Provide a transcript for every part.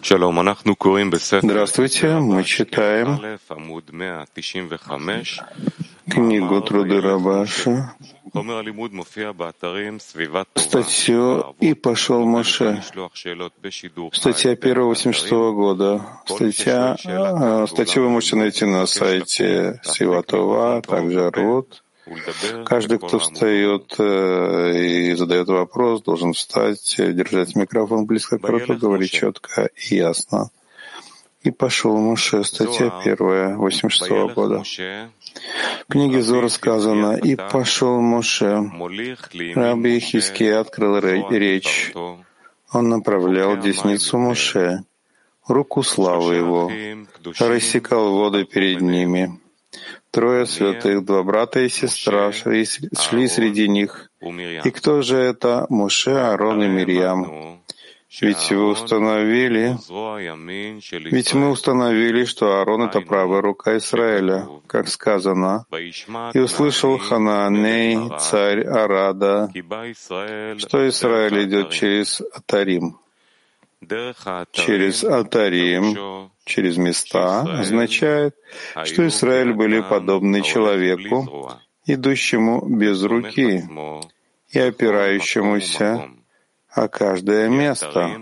Здравствуйте, мы читаем книгу Труды Рабаша, статью «И пошел Моше». Статья 1-86 года. Статью вы можете найти на сайте Сиватова, также Рут. Каждый, кто встает и задает вопрос, должен встать, держать микрофон близко к рту, говорить четко и ясно. И пошел Моше, статья 1, 86 года. В книге Зор сказано: «И пошел Моше». Раби Хиския открыл речь. Он направлял десницу Моше, руку славы его, рассекал воды перед ними. Трое святых, два брата и сестра, шли среди них. И кто же это? Моше, Аарон и Мирьям. Ведь мы установили, что Аарон — это правая рука Израиля, как сказано. И услышал Ханааней, царь Арада, что Израиль идет через Атарим. Через Атарим, через места, означает, что Израиль были подобны человеку, идущему без руки и опирающемуся о каждое место.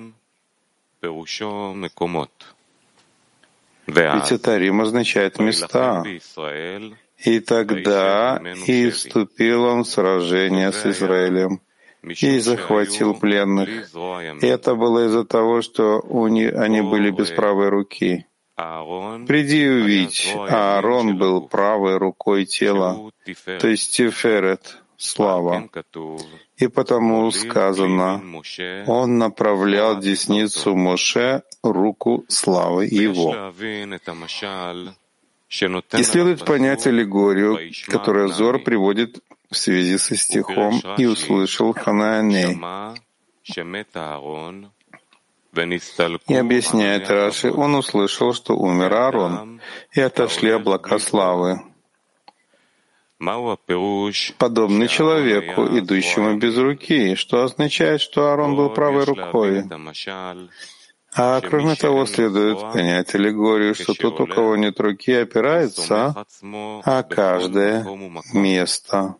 Ведь Атарим означает места. И тогда и вступил он в сражение с Израилем и захватил пленных. И это было из-за того, что они были без правой руки. Приди и увидь, Аарон был правой рукой тела, то есть Тиферет, слава. И потому сказано: он направлял десницу Моше, руку славы его. И следует понять аллегорию, которую Зор приводит в связи со стихом «И услышал Ханааней». И объясняет Раши: он услышал, что умер Аарон, и отошли облака славы. Подобный человеку, идущему без руки, что означает, что Аарон был правой рукой. А кроме того, следует понять аллегорию, что тот, у кого нет руки, опирается о каждое место.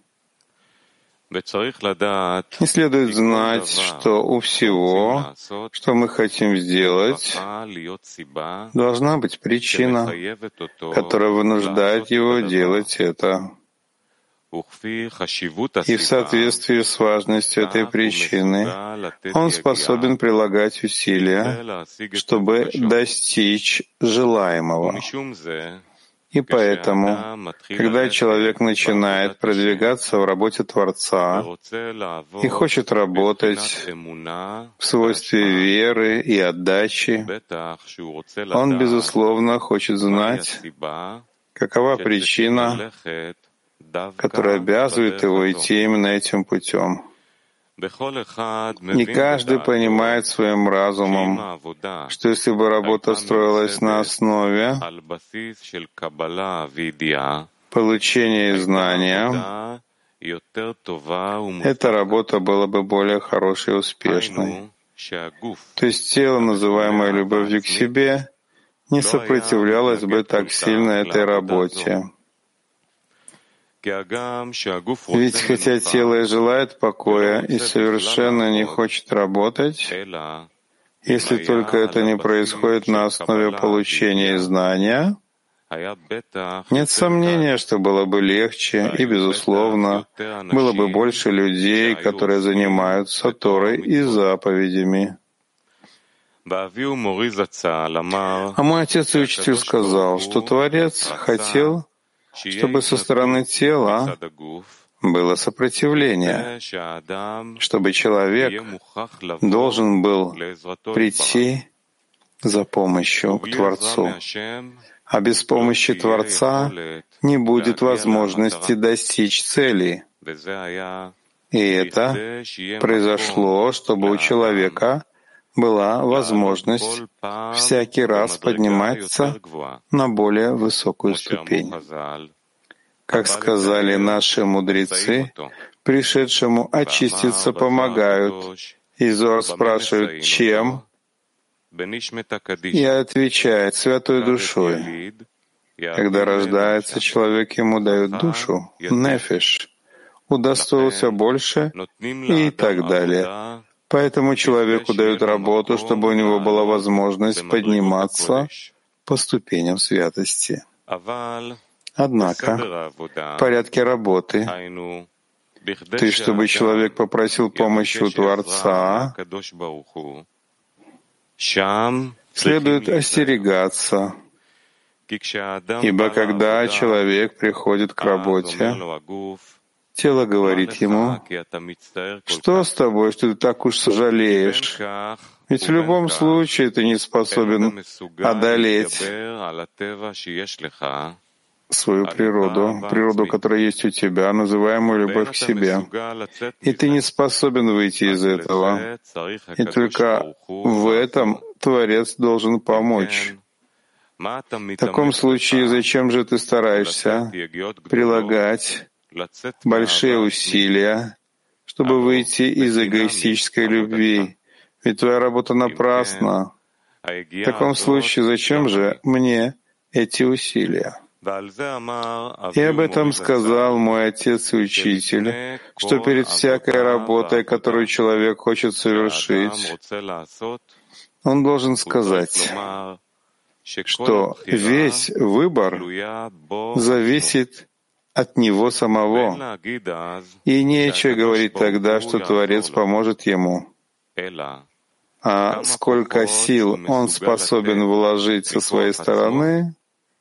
И следует знать, что у всего, что мы хотим сделать, должна быть причина, которая вынуждает его делать это. И в соответствии с важностью этой причины он способен прилагать усилия, чтобы достичь желаемого. И поэтому, когда человек начинает продвигаться в работе Творца и хочет работать в свойстве веры и отдачи, он, безусловно, хочет знать, какова причина, которая обязывает его идти именно этим путем. Не каждый понимает своим разумом, что если бы работа строилась на основе получения и знания, эта работа была бы более хорошей и успешной. То есть тело, называемое любовью к себе, не сопротивлялось бы так сильно этой работе. Ведь хотя тело и желает покоя и совершенно не хочет работать, если только это не происходит на основе получения и знания, нет сомнения, что было бы легче и, безусловно, было бы больше людей, которые занимаются Торой и заповедями. А мой отец и учитель сказал, что Творец хотел, чтобы со стороны тела было сопротивление, чтобы человек должен был прийти за помощью к Творцу. А без помощи Творца не будет возможности достичь цели. И это произошло, чтобы у человека была возможность всякий раз подниматься на более высокую ступень. Как сказали наши мудрецы, пришедшему очиститься помогают. И Зоар спрашивает, чем? и отвечает святой душой. Когда рождается человек, ему дают душу, нефеш, удостоился больше и так далее. Поэтому человеку дают работу, чтобы у него была возможность подниматься по ступеням святости. Однако, в порядке работы, то есть чтобы человек попросил помощи у Творца, следует остерегаться, ибо когда человек приходит к работе, тело говорит ему: «Что с тобой, что ты так уж сожалеешь? Ведь в любом случае ты не способен одолеть свою природу, которая есть у тебя, называемую любовь к себе. И ты не способен выйти из этого. И только в этом Творец должен помочь. В таком случае зачем же ты стараешься прилагать большие усилия, чтобы выйти из эгоистической любви? Ведь твоя работа напрасна. В таком случае зачем же мне эти усилия?» И об этом сказал мой отец и учитель, что перед всякой работой, которую человек хочет совершить, он должен сказать, что весь выбор зависит от него самого, и нечего говорить тогда, что Творец поможет ему. А сколько сил он способен вложить со своей стороны,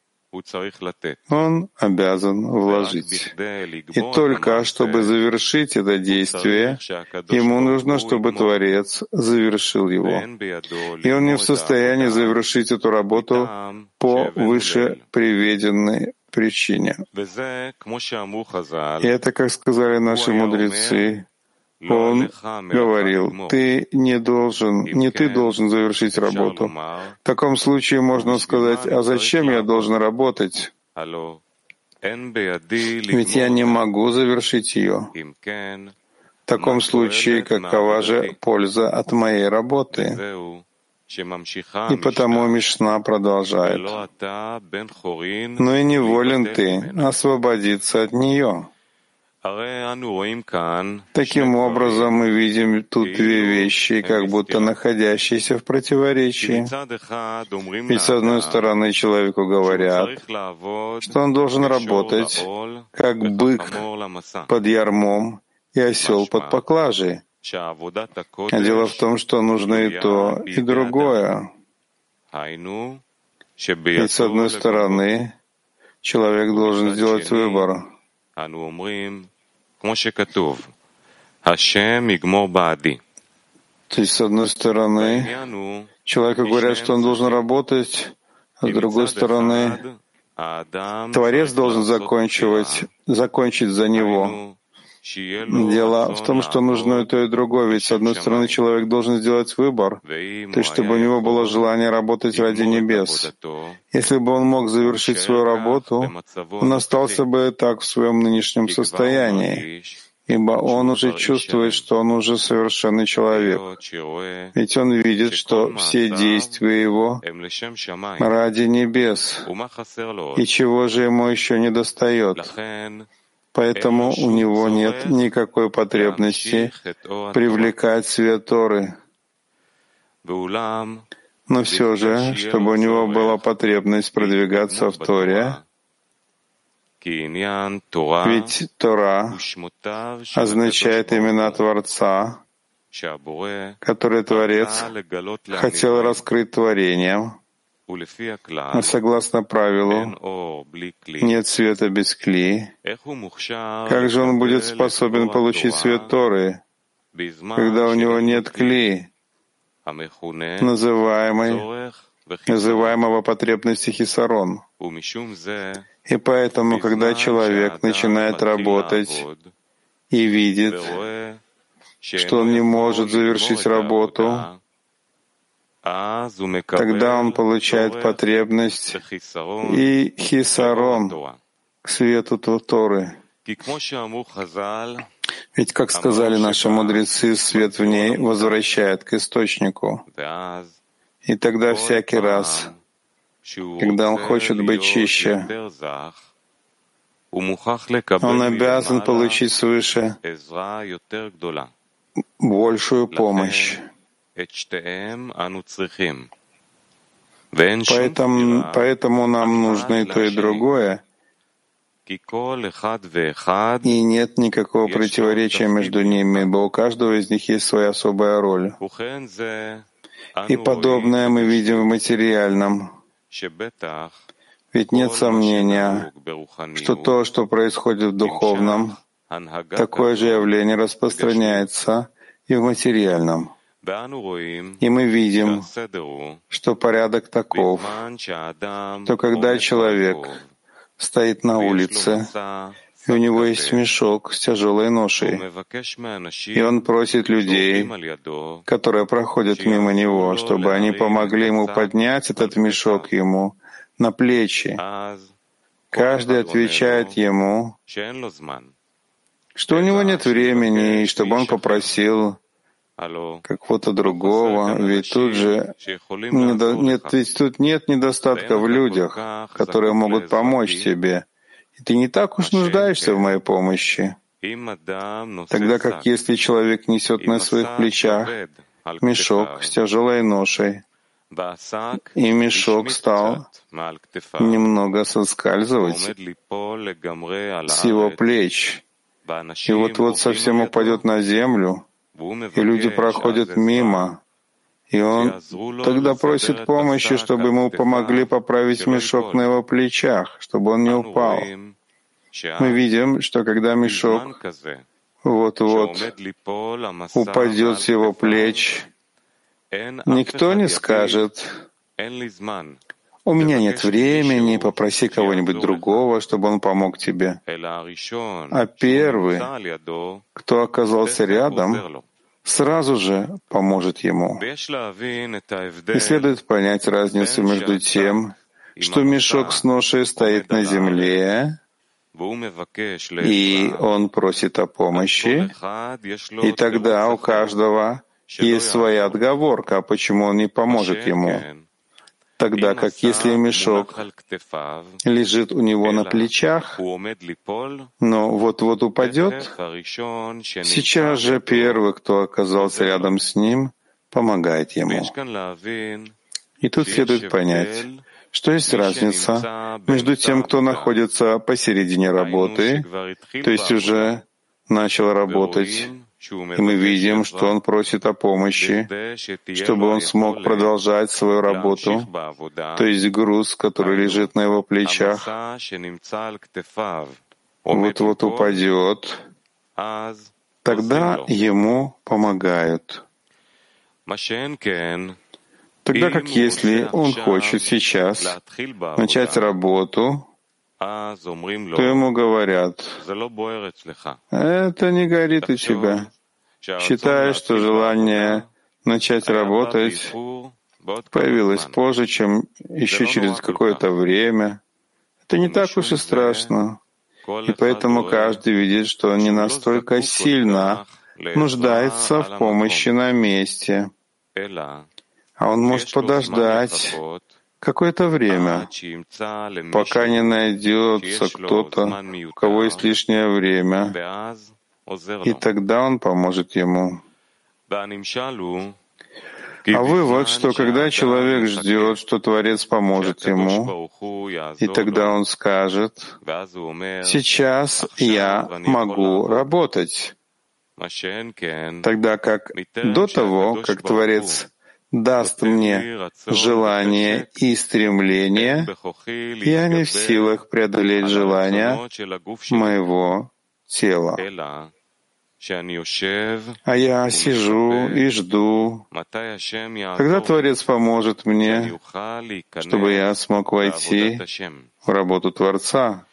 он обязан вложить. И только чтобы завершить это действие, ему нужно, чтобы Творец завершил его. И он не в состоянии завершить эту работу по выше приведенной причине. И это, как сказали наши мудрецы, он говорил: не ты должен завершить работу. В таком случае можно сказать: а зачем я должен работать? Ведь я не могу завершить ее. В таком случае, какова же польза от моей работы? И потому Мишна продолжает: но и не волен ты освободиться от нее. Таким образом, мы видим тут две вещи, как будто находящиеся в противоречии. Ведь с одной стороны человеку говорят, что он должен работать, как бык под ярмом и осел под поклажей. А дело в том, что нужно и то, и другое. Ведь с одной стороны человек должен сделать выбор. То есть, с одной стороны, человеку говорят, что он должен работать, а с другой стороны, Творец должен закончить за него. Дело в том, что нужно и то, и другое. Ведь, с одной стороны, человек должен сделать выбор, то есть, чтобы у него было желание работать ради небес. Если бы он мог завершить свою работу, он остался бы так в своем нынешнем состоянии, ибо он уже чувствует, что он уже совершенный человек. Ведь он видит, что все действия его ради небес, и чего же ему еще не достает. Поэтому у него нет никакой потребности привлекать свет Торы. Но все же, чтобы у него была потребность продвигаться в Торе, ведь Тора означает имена Творца, который Творец хотел раскрыть творением. А согласно правилу, нет света без кли. Как же он будет способен получить свет Торы, когда у него нет кли, называемого потребности хисарон? И поэтому, когда человек начинает работать и видит, что он не может завершить работу, тогда он получает потребность и хисарон к свету Торы. Ведь, как сказали наши мудрецы, свет в ней возвращает к источнику. И тогда всякий раз, когда он хочет быть чище, он обязан получить свыше большую помощь. Поэтому нам нужно и то, и другое, и нет никакого противоречия между ними, ибо у каждого из них есть своя особая роль. И подобное мы видим в материальном. Ведь нет сомнения, что то, что происходит в духовном, такое же явление распространяется и в материальном. И мы видим, что порядок таков, что когда человек стоит на улице, и у него есть мешок с тяжелой ношей, и он просит людей, которые проходят мимо него, чтобы они помогли ему поднять этот мешок ему на плечи. Каждый отвечает ему, что у него нет времени, и чтобы он попросил какого-то другого, ведь тут нет недостатка в людях, которые могут помочь тебе. И ты не так уж нуждаешься в моей помощи. Тогда как если человек несет на своих плечах мешок с тяжелой ношей, и мешок стал немного соскальзывать с его плеч, и вот-вот совсем упадет на землю, и люди проходят мимо, и он тогда просит помощи, чтобы ему помогли поправить мешок на его плечах, чтобы он не упал. Мы видим, что когда мешок вот-вот упадет с его плеч, никто не скажет: «У меня нет времени, попроси кого-нибудь другого, чтобы он помог тебе». А первый, кто оказался рядом, сразу же поможет ему. И следует понять разницу между тем, что мешок с ношей стоит на земле, и он просит о помощи, и тогда у каждого есть своя отговорка, почему он не поможет ему. Тогда как если мешок лежит у него на плечах, но вот-вот упадет, сейчас же первый, кто оказался рядом с ним, помогает ему. И тут следует понять, что есть разница между тем, кто находится посередине работы, то есть уже начал работать, и мы видим, что он просит о помощи, чтобы он смог продолжать свою работу, то есть груз, который лежит на его плечах, вот-вот упадет, тогда ему помогают. Тогда как если он хочет сейчас начать работу, то ему говорят: «Это не горит у тебя. Считай, что желание начать работать появилось позже, чем еще через какое-то время. Это не так уж и страшно». И поэтому каждый видит, что он не настолько сильно нуждается в помощи на месте, а он может подождать какое-то время, пока не найдется кто-то, у кого есть лишнее время, и тогда он поможет ему. А вывод, что когда человек ждет, что Творец поможет ему, и тогда он скажет: «Сейчас я могу работать», тогда как до того, как Творец даст мне желание и стремление, я не в силах преодолеть желания моего тела. А я сижу и жду, когда Творец поможет мне, чтобы я смог войти в работу Творца.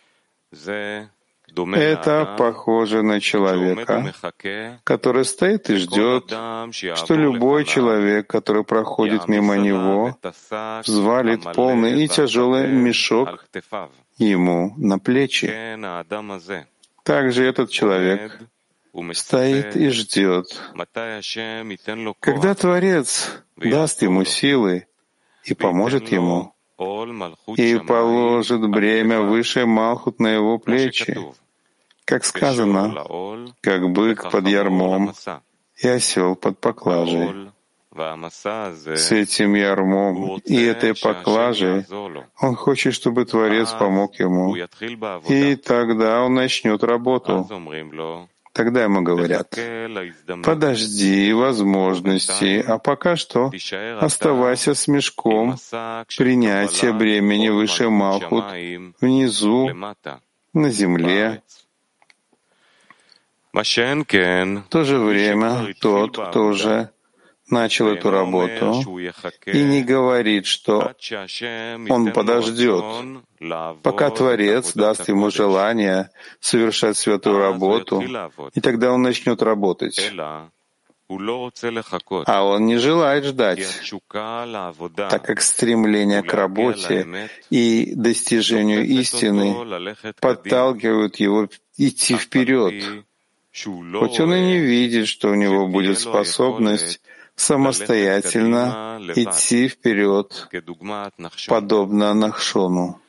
Это похоже на человека, который стоит и ждет, что любой человек, который проходит мимо него, взвалит полный и тяжелый мешок ему на плечи. Также этот человек стоит и ждет, когда Творец даст ему силы и поможет ему, и положит бремя высшей Малхут на его плечи, как сказано, как бык под ярмом и осел под поклажей. С этим ярмом и этой поклажей он хочет, чтобы Творец помог ему, и тогда он начнет работу. Тогда ему говорят: подожди возможности, а пока что оставайся с мешком принятия бремени высшей Малхут внизу, на земле. В то же время тот, кто уже начал эту работу и не говорит, что он подождет, пока Творец даст ему желание совершать святую работу, и тогда он начнет работать. А он не желает ждать, так как стремление к работе и достижению истины подталкивают его идти вперед, хоть он и не видит, что у него будет способность самостоятельно идти вперед, подобно Нахшону.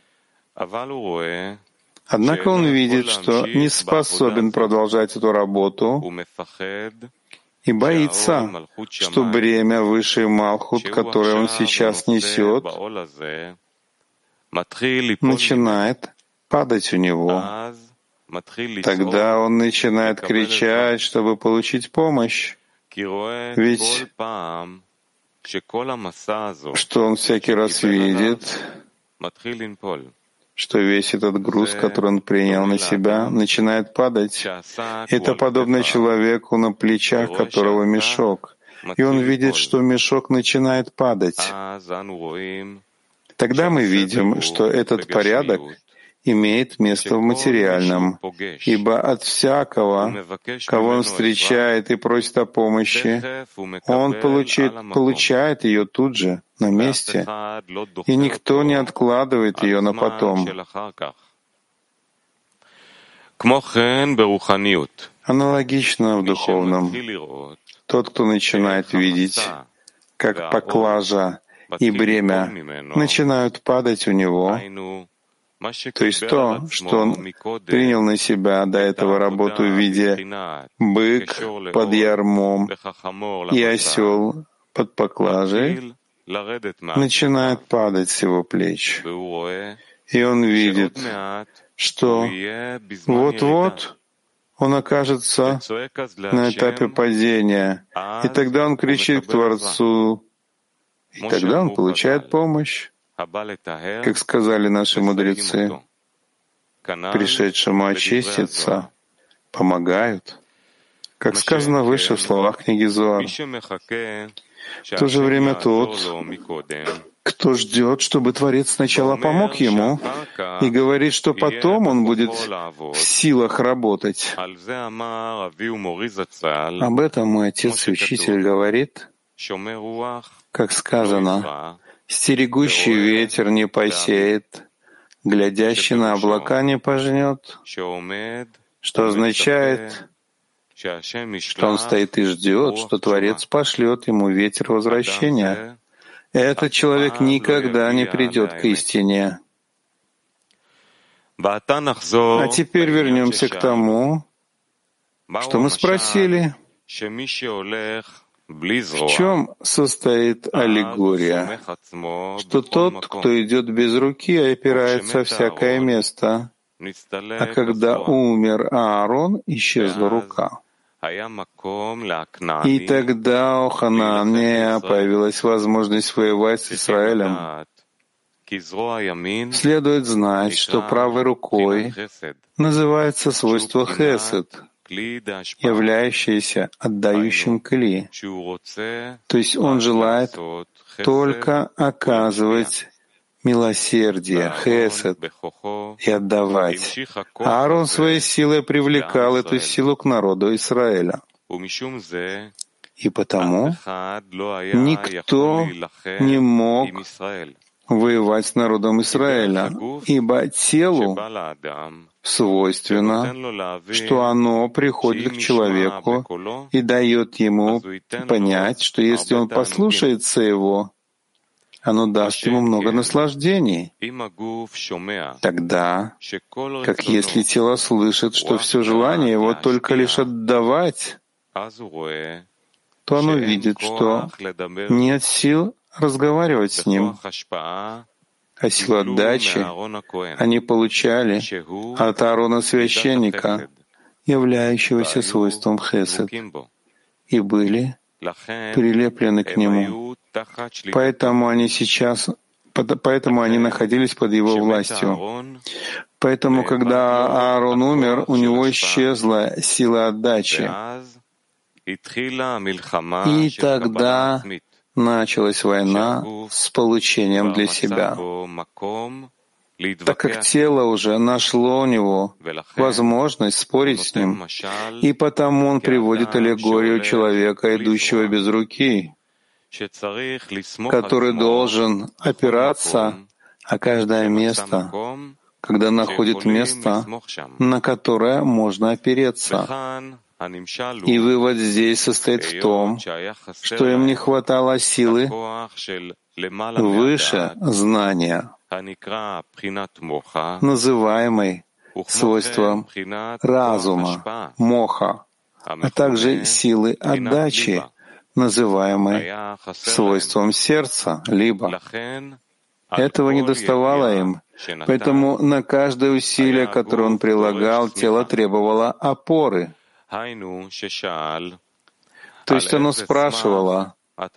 Однако он видит, что не способен продолжать эту работу и боится, что бремя высшей Малхут, которое он сейчас несет, начинает падать у него. Тогда он начинает кричать, чтобы получить помощь. Ведь что он всякий раз видит, что весь этот груз, который он принял на себя, начинает падать. Это подобно человеку, на плечах которого мешок. И он видит, что мешок начинает падать. Тогда мы видим, что этот порядок имеет место в материальном, ибо от всякого, кого он встречает и просит о помощи, он получает ее тут же, на месте, и никто не откладывает ее на потом. Аналогично в духовном. Тот, кто начинает видеть, как поклажа и бремя начинают падать у него, то есть то, что он принял на себя до этого работу в виде бык под ярмом и осел под поклажей, начинает падать с его плеч. И он видит, что вот-вот он окажется на этапе падения, и тогда он кричит к Творцу, и тогда он получает помощь. Как сказали наши мудрецы, пришедшему очиститься помогают. Как сказано выше в словах книги Зоар. В то же время тот, кто ждет, чтобы Творец сначала помог ему, и говорит, что потом он будет в силах работать. Об этом мой отец и учитель говорит, как сказано, «Стерегущий ветер не посеет, глядящий на облака не пожнет», что означает, что он стоит и ждет, что Творец пошлет ему ветер возвращения. Этот человек никогда не придет к истине. А теперь вернемся к тому, что мы спросили. В чем состоит аллегория? Что тот, кто идет без руки, опирается о всякое место, а когда умер Аарон, исчезла рука. И тогда у Хананея появилась возможность воевать с Израилем. Следует знать, что правой рукой называется свойство хесед, являющееся отдающим кли. То есть он желает только оказывать милосердие, хесед, и отдавать. А Аарон своей силой привлекал эту силу к народу Израиля. И потому никто не мог воевать с народом Израиля, ибо телу свойственно, что оно приходит к человеку и дает ему понять, что если он послушается его, оно даст ему много наслаждений. Тогда, как если тело слышит, что все желание его только лишь отдавать, то оно видит, что нет сил разговаривать с ним, а силу отдачи они получали от Аарона священника, являющегося свойством хесед, и были прилеплены к нему. Поэтому они находились под его властью. Поэтому, когда Аарон умер, у него исчезла сила отдачи. И тогда началась война с получением для себя, так как тело уже нашло у него возможность спорить с ним, и потому он приводит аллегорию человека, идущего без руки, который должен опираться о каждое место, когда находит место, на которое можно опереться. И вывод здесь состоит в том, что им не хватало силы выше знания, называемой свойством разума, моха, а также силы отдачи, называемой свойством сердца, либо. Этого не доставало им, поэтому на каждое усилие, которое он прилагал, тело требовало опоры. То есть оно спрашивало: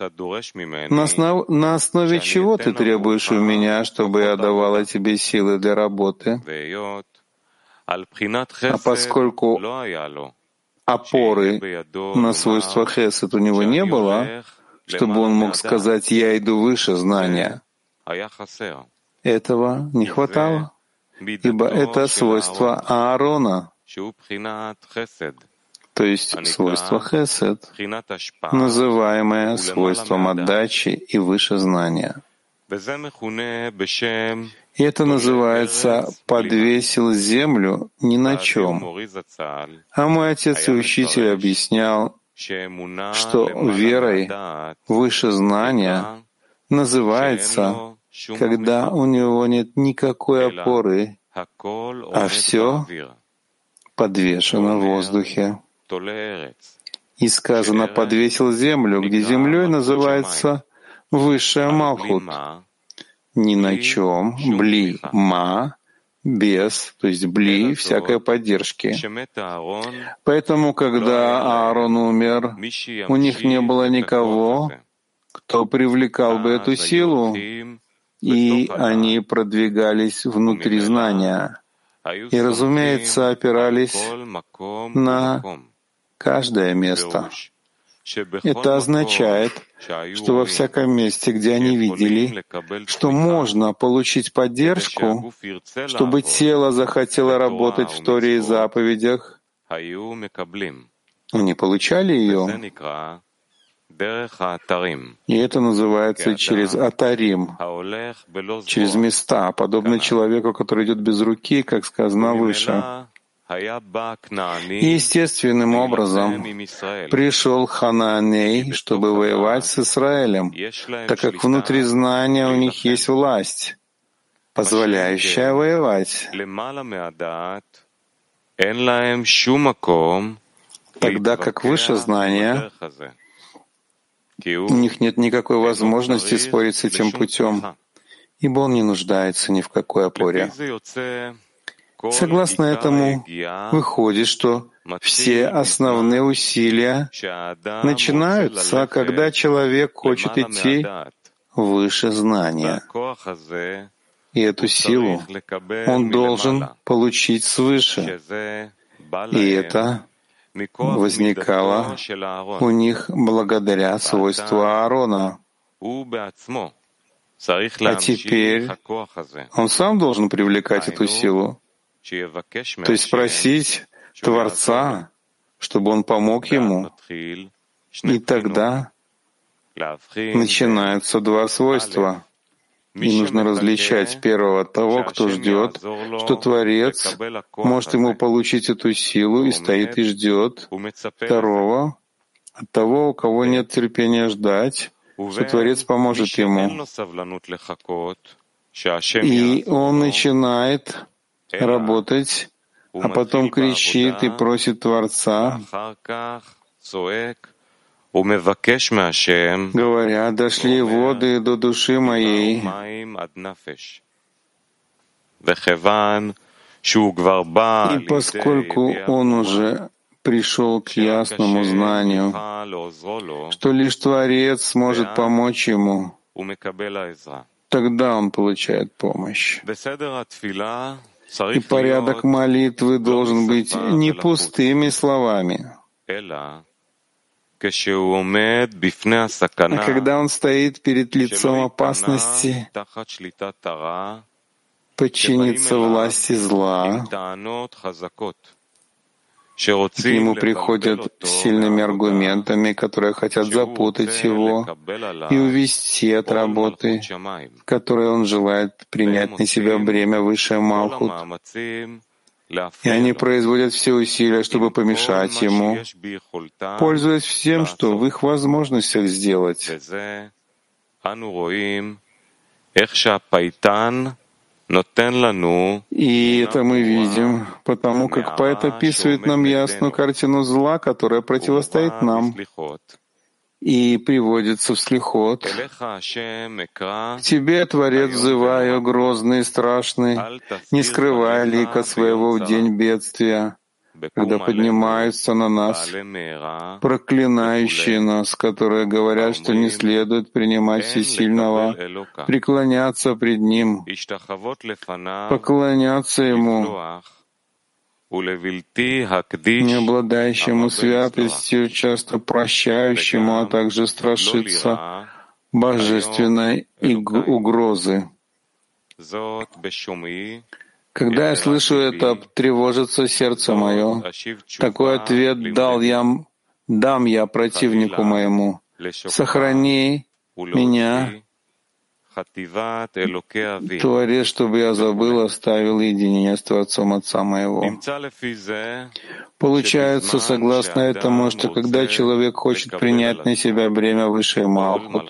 на основе чего ты требуешь у меня, чтобы я давала тебе силы для работы? А поскольку опоры на свойства хесед у него не было, чтобы он мог сказать: «Я иду выше знания», этого не хватало, ибо это свойство Аарона, то есть свойство хесед, называемое свойством отдачи и выше знания. И это называется «подвесил землю ни на чем». А мой отец и учитель объяснял, что верой выше знания называется, когда у него нет никакой опоры, а все подвешено в воздухе. И сказано «подвесил землю», где землей называется высшая Малхут. Ни на чем, бли, ма, без, то есть бли всякой поддержки. Поэтому, когда Аарон умер, у них не было никого, кто привлекал бы эту силу, и они продвигались внутри знания. И, разумеется, опирались на каждое место. Это означает, что во всяком месте, где они видели, что можно получить поддержку, чтобы тело захотело работать в Торе и заповедях, они получали ее. И это называется через атарим, через места, подобно человеку, который идет без руки, как сказано выше. И естественным образом пришел Ханааней, чтобы воевать с Израилем, так как внутри знания у них есть власть, позволяющая воевать. Тогда как выше знания, у них нет никакой возможности спорить с этим путем, ибо он не нуждается ни в какой опоре. Согласно этому, выходит, что все основные усилия начинаются, когда человек хочет идти выше знания. И эту силу он должен получить свыше. И это возникало у них благодаря свойству Аарона. А теперь он сам должен привлекать эту силу. То есть просить Творца, чтобы он помог ему. И тогда начинаются два свойства. И нужно различать первого от того, кто ждет, что Творец может ему получить эту силу и стоит и ждет. Второго от того, у кого нет терпения ждать, что Творец поможет ему. И он начинает работать, а потом кричит и просит Творца, говоря: «Дошли воды до души моей». И поскольку он уже пришел к ясному знанию, что лишь Творец сможет помочь ему, тогда он получает помощь. И порядок молитвы должен быть не пустыми словами, а когда он стоит перед лицом опасности, подчиниться власти зла, к нему приходят с сильными аргументами, которые хотят запутать его и увести от работы, в которой он желает принять на себя бремя высшее Малхут. И они производят все усилия, чтобы помешать ему, пользуясь всем, что в их возможностях сделать. И это мы видим, потому как поэт описывает нам ясную картину зла, которая противостоит нам, и приводится в слихот. «К тебе, Творец, взываю, грозный и страшный, не скрывая лика своего в день бедствия, когда поднимаются на нас проклинающие нас, которые говорят, что не следует принимать всесильного, преклоняться пред Ним, поклоняться Ему, не обладающему святостью, часто прощающему, а также страшиться божественной угрозы. Когда я слышу это, тревожится сердце мое. Такой ответ дам я противнику моему. Сохрани меня, Творец, чтобы я забыл, оставил единение с Творцом Отца моего. Получается, согласно этому, что когда человек хочет принять на себя бремя высшей Малхут,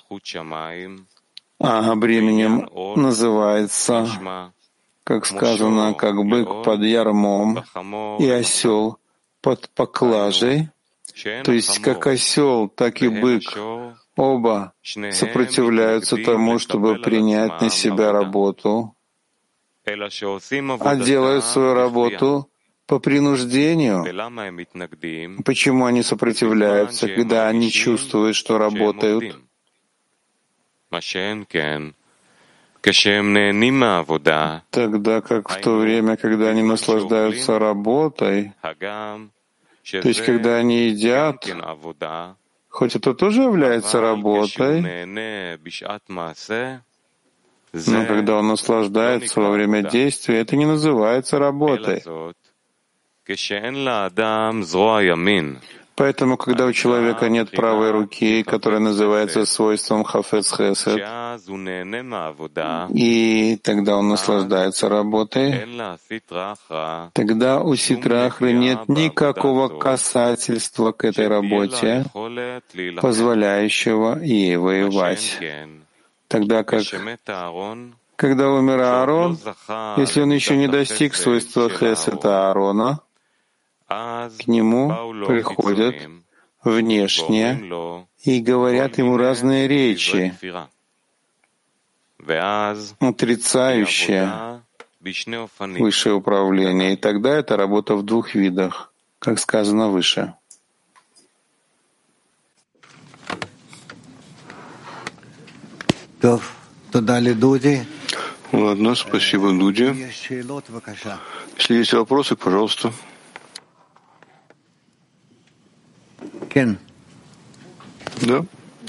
а бременем называется, как сказано, как бык под ярмом и осел под поклажей, то есть как осел, так и бык, оба сопротивляются тому, чтобы принять на себя работу, а делают свою работу по принуждению. Почему они сопротивляются, когда они чувствуют, что работают? Тогда как в то время, когда они наслаждаются работой, то есть когда они едят, хоть это тоже является работой, но когда он наслаждается во время действия, это не называется работой. Поэтому, когда у человека нет правой руки, которая называется свойством хафец хесед, и тогда он наслаждается работой, тогда у ситрахры нет никакого касательства к этой работе, позволяющего ей воевать. Тогда как, когда умер Аарон, если он еще не достиг свойства хесета Аарона, к нему приходят внешне и говорят ему разные речи, отрицающие высшее управление. И тогда это работа в двух видах, как сказано выше. Ладно, спасибо, Дуди. Если есть вопросы, пожалуйста. Да.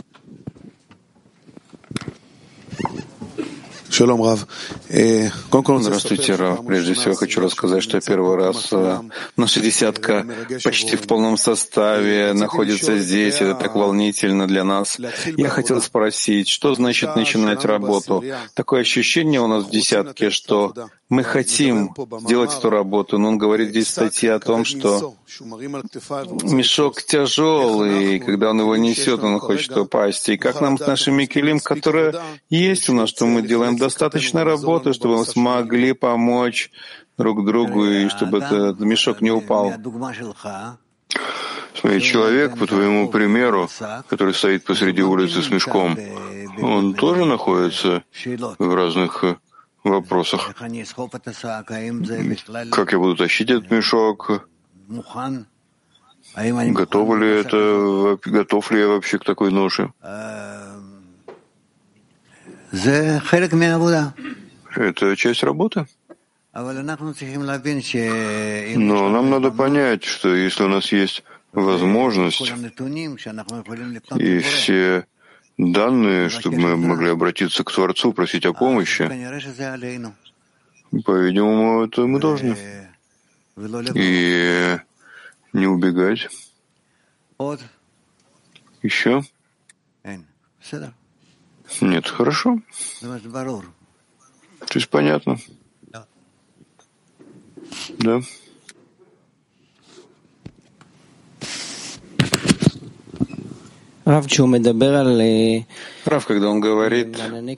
Здравствуйте, Рав. Прежде всего хочу рассказать, что первый раз наша десятка почти в полном составе находится здесь. Это так волнительно для нас. Я хотел спросить, что значит начинать работу? Такое ощущение у нас в десятке, что Мы хотим сделать эту работу, но он говорит здесь в статье о том, что мешок тяжелый, и когда он его несет, он хочет упасть. И как нам с нашими килим, которые есть у нас, что мы делаем достаточно работы, чтобы мы смогли помочь друг другу, и чтобы этот мешок не упал. Смотри, человек, по твоему примеру, который стоит посреди улицы с мешком, он тоже находится в разных вопросах. Как я буду тащить этот мешок? Готов ли я вообще к такой ноше? Это часть работы. Но нам надо понять, что если у нас есть возможность и все данные, чтобы мы могли обратиться к Творцу, просить о помощи, по-видимому, это мы должны. И не убегать. Еще? Нет, хорошо. То есть понятно. Да. Рав, когда он говорит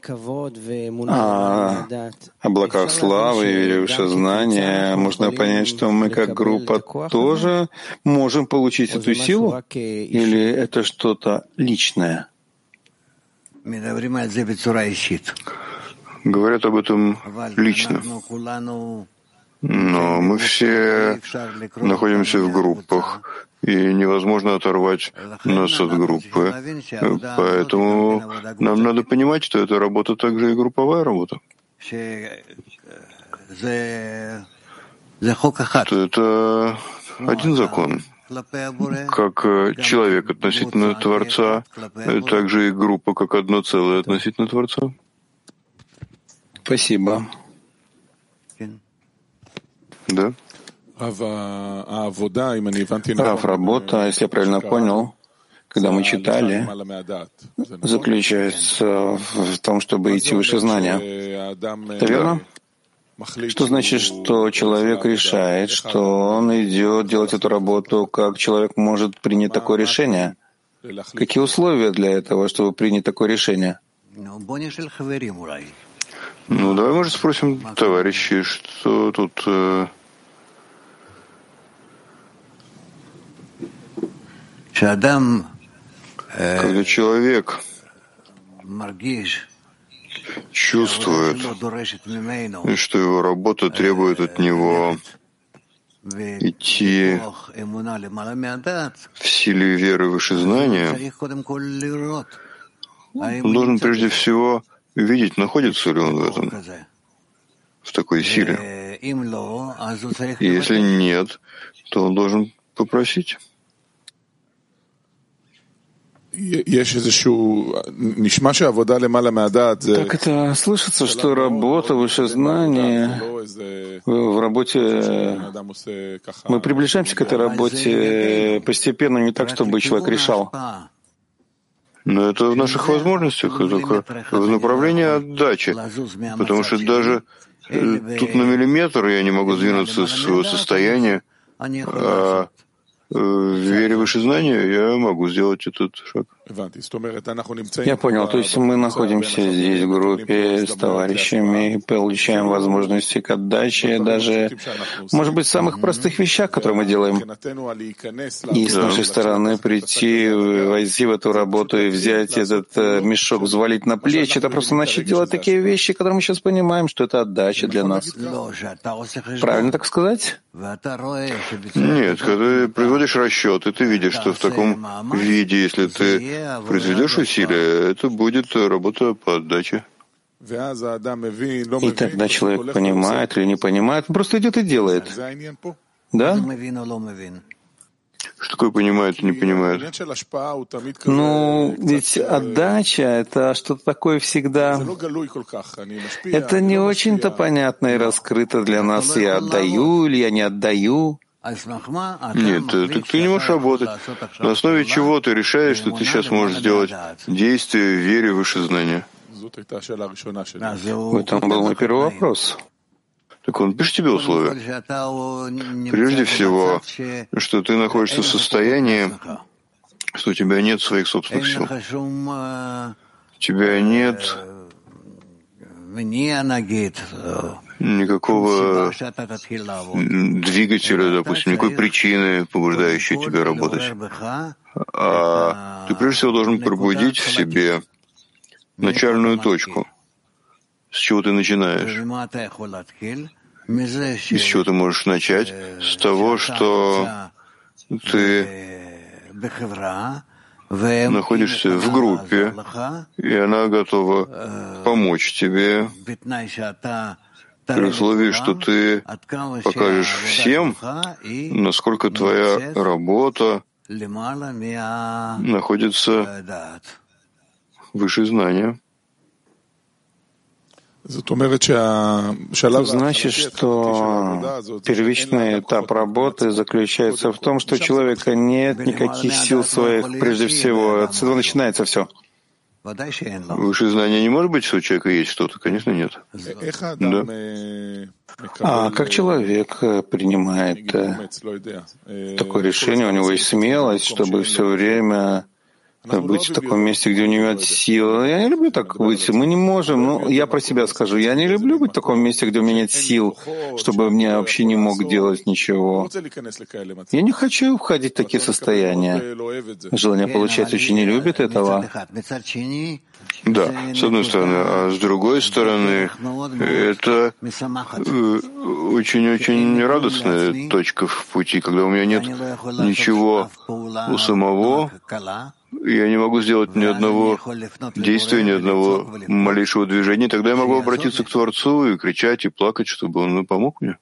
о облаках славы и вере в сознание, можно понять, что мы как группа тоже можем получить эту силу? Или это что-то личное? Говорят об этом лично. Но мы все находимся в группах, и невозможно оторвать нас от группы. Поэтому нам надо понимать, что эта работа также и групповая работа. Что это один закон. Как человек относительно Творца, также и группа как одно целое относительно Творца. Спасибо. Да. Рав, работа, если я правильно понял, когда мы читали, заключается в том, чтобы идти выше знания. Это верно? Что значит, что человек решает, что он идет делать эту работу, как человек может принять такое решение? Какие условия для этого, чтобы принять такое решение? Ну, давай, может, спросим товарищей, что тут... Когда человек чувствует, что его работа требует от него идти в силе веры выше знания, он должен прежде всего видеть, находится ли он в этом, в такой силе. И если нет, то он должен попросить. Так это слышится, что работа выше знания, в работе мы приближаемся к этой работе постепенно, не так, чтобы человек решал. Но это в наших возможностях, только в направлении отдачи, потому что даже тут на миллиметр я не могу сдвинуться с своего состояния, а в вере выше знания я могу сделать этот шаг. Я понял. То есть мы находимся здесь в группе с товарищами и получаем возможности к отдаче, даже, может быть, в самых простых вещах, которые мы делаем. И с нашей стороны прийти, войти в эту работу и взять этот мешок, взвалить на плечи, это просто начать делать такие вещи, которые мы сейчас понимаем, что это отдача для нас. Правильно так сказать? Нет, когда ты производишь расчет, и ты видишь, что в таком виде, если ты произведешь усилия, это будет работа по отдаче. И тогда человек понимает или не понимает, он просто идет и делает. Да? Что такое понимает и не понимает? Ну, ведь отдача — это что-то такое всегда... Это не очень-то понятно и раскрыто для нас. Я отдаю или я не отдаю. Нет, ты не можешь работать. На основе чего ты решаешь, что ты сейчас можешь сделать действие в вере выше знания? В этом был мой первый вопрос. Так он пишет тебе условия. Прежде всего, что ты находишься в состоянии, что у тебя нет своих собственных сил. У тебя нет никакого двигателя, допустим, никакой причины, побуждающей тебя работать. А ты прежде всего должен пробудить в себе начальную точку. С чего ты начинаешь? И с чего ты можешь начать? С того, что ты находишься в группе, и она готова помочь тебе при условии, что ты покажешь всем, насколько твоя работа находится выше знания. Значит, что первичный этап работы заключается в том, что у человека нет никаких сил своих, прежде всего. От этого начинается все. Выше знания не может быть, что у человека есть что-то? Конечно, нет. Да. А как человек принимает такое решение, у него есть смелость, чтобы все время быть в таком месте, где у него нет сил. Я не люблю так быть. Мы не можем. Я про себя скажу. Я не люблю быть в таком месте, где у меня нет сил, чтобы я вообще не мог делать ничего. Я не хочу входить в такие состояния. Желание получать очень не любит этого. Да, с одной стороны. А с другой стороны, это очень-очень радостная точка в пути, когда у меня нет ничего у самого, я не могу сделать ни одного действия, ни одного малейшего движения, тогда я могу обратиться к Творцу и кричать, и плакать, чтобы Он помог мне.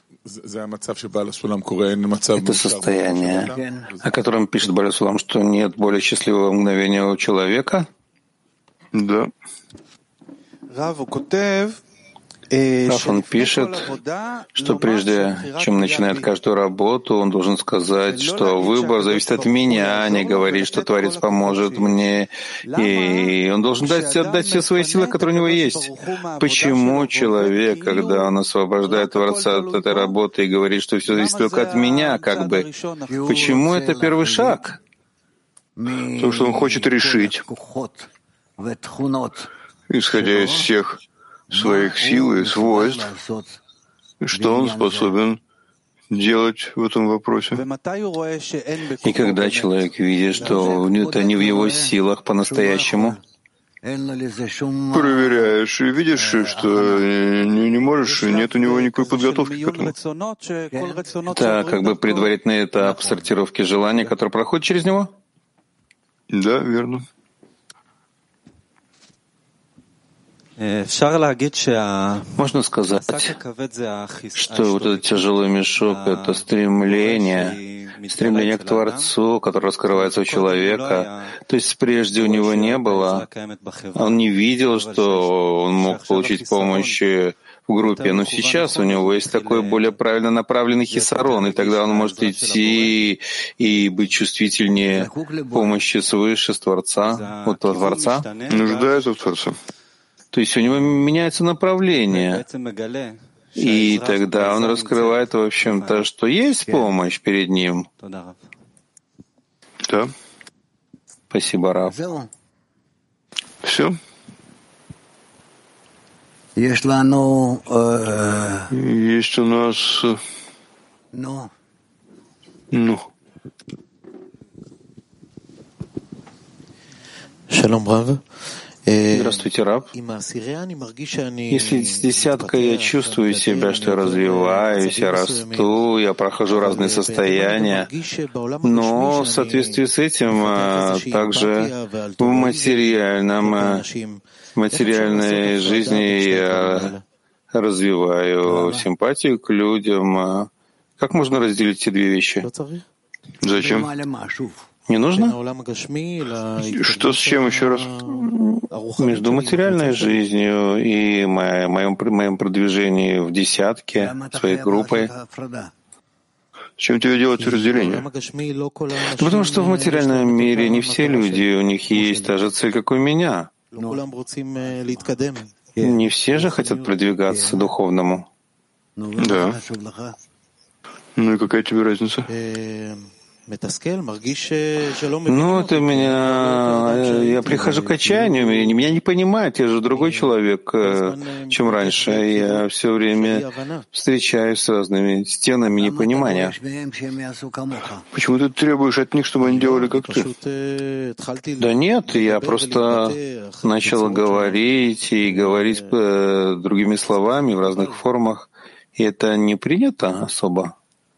Это состояние, о котором пишет Бааль Сулам, что нет более счастливого мгновения у человека. Да. Он пишет, что прежде чем начинает каждую работу, он должен сказать, что выбор зависит от меня, а не говорить, что Творец поможет мне. И он должен отдать все свои силы, которые у него есть. Почему человек, когда он освобождает Творца от этой работы и говорит, что все зависит только от меня, как бы, почему это первый шаг? Потому что он хочет решить, исходя из всех своих сил и свойств, что он способен делать в этом вопросе. И когда человек видит, что это не в его силах по-настоящему, проверяешь и видишь, что не можешь, нет у него никакой подготовки к этому. Это как бы предварительный этап сортировки желаний, который проходит через него? Да, верно. Можно сказать, что вот этот тяжелый мешок — это стремление к Творцу, которое раскрывается у человека. То есть прежде у него не было, он не видел, что он мог получить помощь в группе, но сейчас у него есть такой более правильно направленный хисарон, и тогда он может идти и быть чувствительнее помощи свыше, с Творца, от Творца. Нуждается в Творце. То есть у него меняется направление, и тогда он раскрывает, в общем-то, что есть помощь перед ним. Да. Спасибо, Рав. Все? Есть у нас... Шалом, Рав. Здравствуйте, Рав. Если с десяткой я чувствую себя, что я развиваюсь, я расту, я прохожу разные состояния, но в соответствии с этим также в материальной жизни я развиваю симпатию к людям. Как можно разделить эти две вещи? Зачем? Не нужно? Что с чем еще раз? Между материальной жизнью и моим продвижении в десятке, своей группой. Чем тебе делать разделение? Потому что в материальном мире не все люди, у них есть та же цель, как у меня. Не все же хотят продвигаться духовному. Да. Ну и какая тебе разница? Ну, это меня... Я прихожу к отчаянию, меня не понимают, я же другой человек, чем раньше. Я все время встречаюсь с разными стенами непонимания. Почему ты требуешь от них, чтобы они делали как ты? Да нет, я просто начал говорить и говорить другими словами в разных формах, и это не принято особо.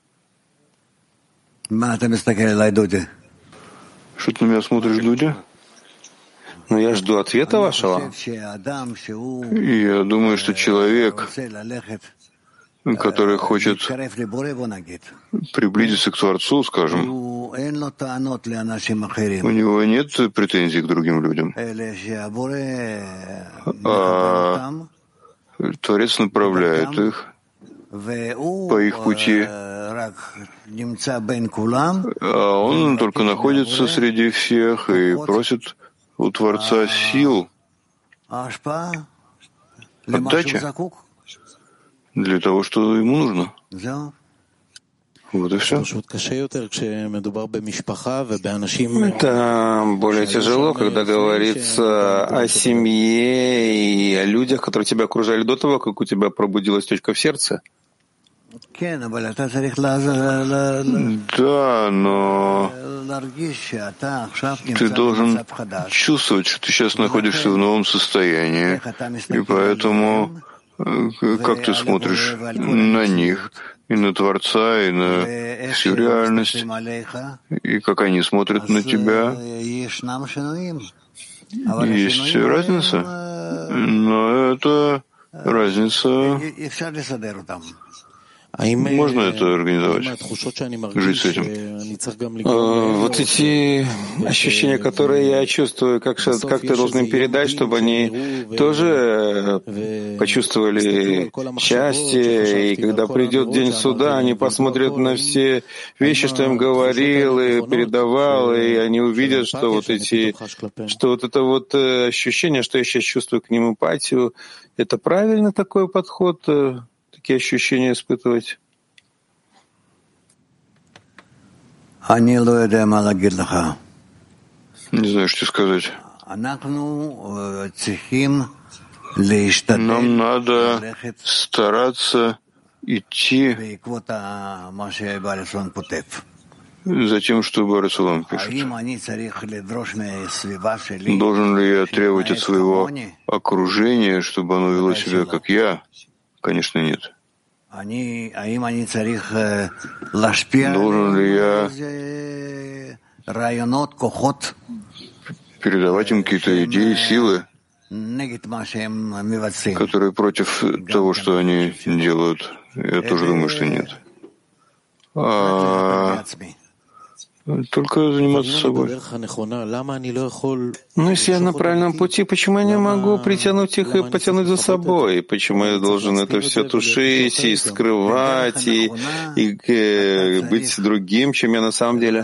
Что ты на меня смотришь, Дудя? Ну, я жду ответа вашего. И я думаю, что человек, который хочет приблизиться к Творцу, скажем, у него нет претензий к другим людям. А Творец направляет их по их пути, а он только находится среди всех и просит у Творца сил, отдачи для того, что ему нужно. Вот и все. Это более тяжело, когда говорится о семье и о людях, которые тебя окружали до того, как у тебя пробудилась точка в сердце. Да, но ты должен чувствовать, что ты сейчас находишься в новом состоянии, и поэтому как ты смотришь на них, и на Творца, и на всю реальность, и как они смотрят на тебя. Есть разница, но это разница. Можно это организовать, жить с этим? Вот эти ощущения, которые я чувствую, как ты должен им передать, чтобы они тоже почувствовали счастье, и когда придет день суда, они посмотрят на все вещи, что я им говорил и передавал, и они увидят, что вот это вот ощущение, что я сейчас чувствую к ним эмпатию, это правильно такой подход? Такие ощущения испытывать? Не знаю, что сказать. Нам надо стараться идти за тем, что Бар Сулам пишет. Должен ли я требовать от своего окружения, чтобы оно вело себя, как я? Конечно, нет. Должен ли я передавать им какие-то идеи, силы, которые против того, что они делают? Я тоже думаю, что нет. Только заниматься собой. Но если я на правильном пути, почему я не могу притянуть их и потянуть за собой? Почему я должен это все тушить и скрывать, и быть другим, чем я на самом деле?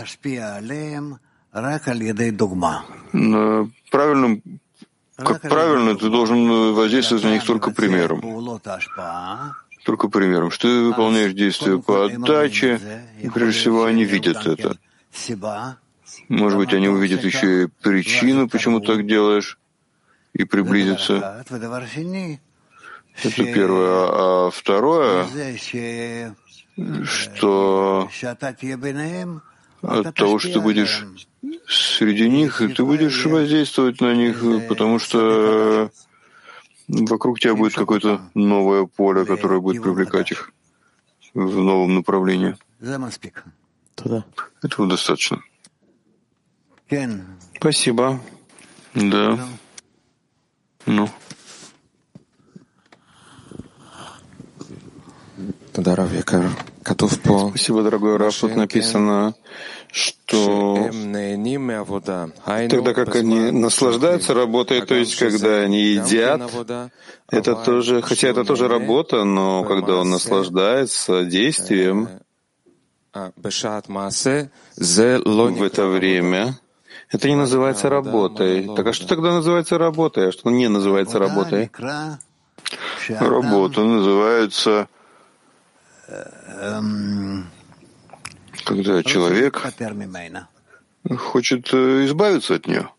Как правильно, ты должен воздействовать на них только примером. Только примером, что ты выполняешь действия по отдаче, и прежде всего они видят это. Может быть, они увидят еще и причину, почему так делаешь, и приблизятся. Это первое. А второе, что от того, что ты будешь среди них, ты будешь воздействовать на них, потому что вокруг тебя будет какое-то новое поле, которое будет привлекать их в новом направлении. Этого достаточно. Спасибо. Да. Ну. Спасибо, дорогой Рав. Тут написано, что тогда как они наслаждаются работой, то есть когда они едят, это тоже, хотя это тоже работа, но когда он наслаждается действием в это время, это не называется работой. Так а что тогда называется работой, а что не называется работой? Работа называется когда человек хочет избавиться от нее.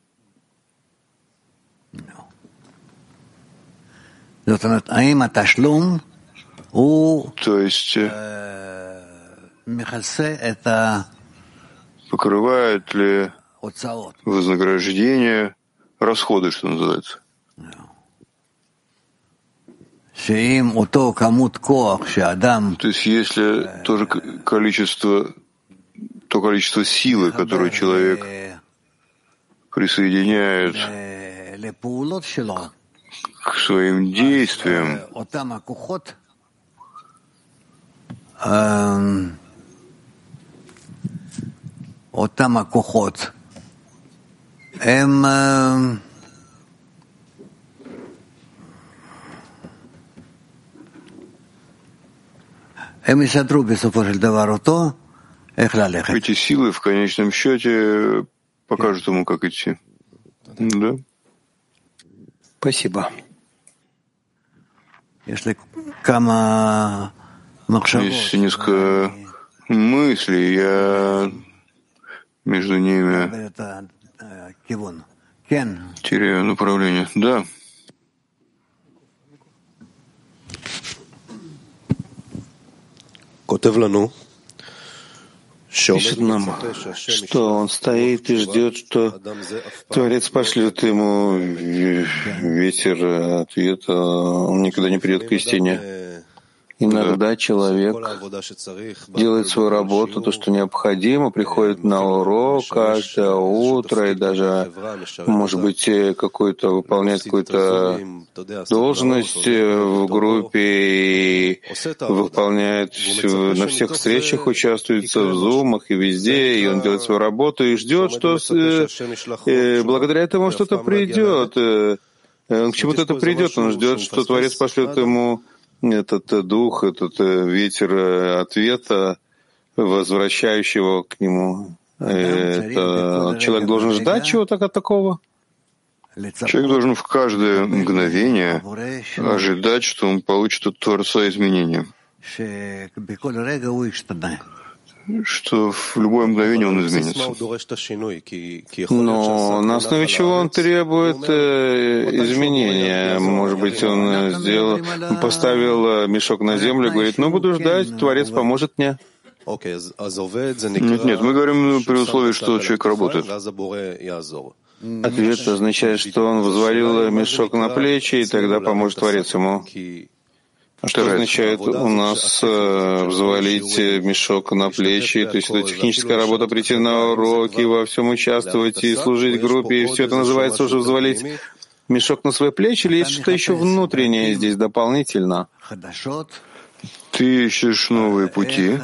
То есть покрывает ли вознаграждение расходы, что называется? То есть если то количество силы, которое человек присоединяет к своим действиям, эти силы в конечном счете покажут ему, как идти. Да? Спасибо. Есть несколько мыслей, я между ними теряю направление. Да. Пишет нам, что он стоит и ждет, что Творец пошлет ему ветер ответа, он никогда не придет к истине. Иногда человек делает свою работу, то, что необходимо, приходит на урок каждое утро и даже, может быть, выполняет какую-то должность в группе и выполняет на всех встречах, участвует в зумах и везде, и он делает свою работу и ждет, что благодаря этому что-то придет. К чему-то это придет, он ждет, что Творец пошлет ему этот дух, этот ветер ответа, возвращающего к нему. Человек должен ждать чего-то такого? Человек должен в каждое мгновение ожидать, что он получит от Творца изменения. Что в любое мгновение он изменится. Но на основе чего он требует изменения? Может быть, он поставил мешок на землю и говорит, буду ждать, Творец поможет мне. Нет, мы говорим при условии, что человек работает. Ответ означает, что он взвалил мешок на плечи, и тогда поможет Творец ему. А что означает у нас взвалить мешок на плечи? То есть это техническая работа, прийти на уроки, во всем участвовать и служить группе, и все это называется уже взвалить мешок на свои плечи, или есть что-то еще внутреннее здесь дополнительно? Ты ищешь новые пути,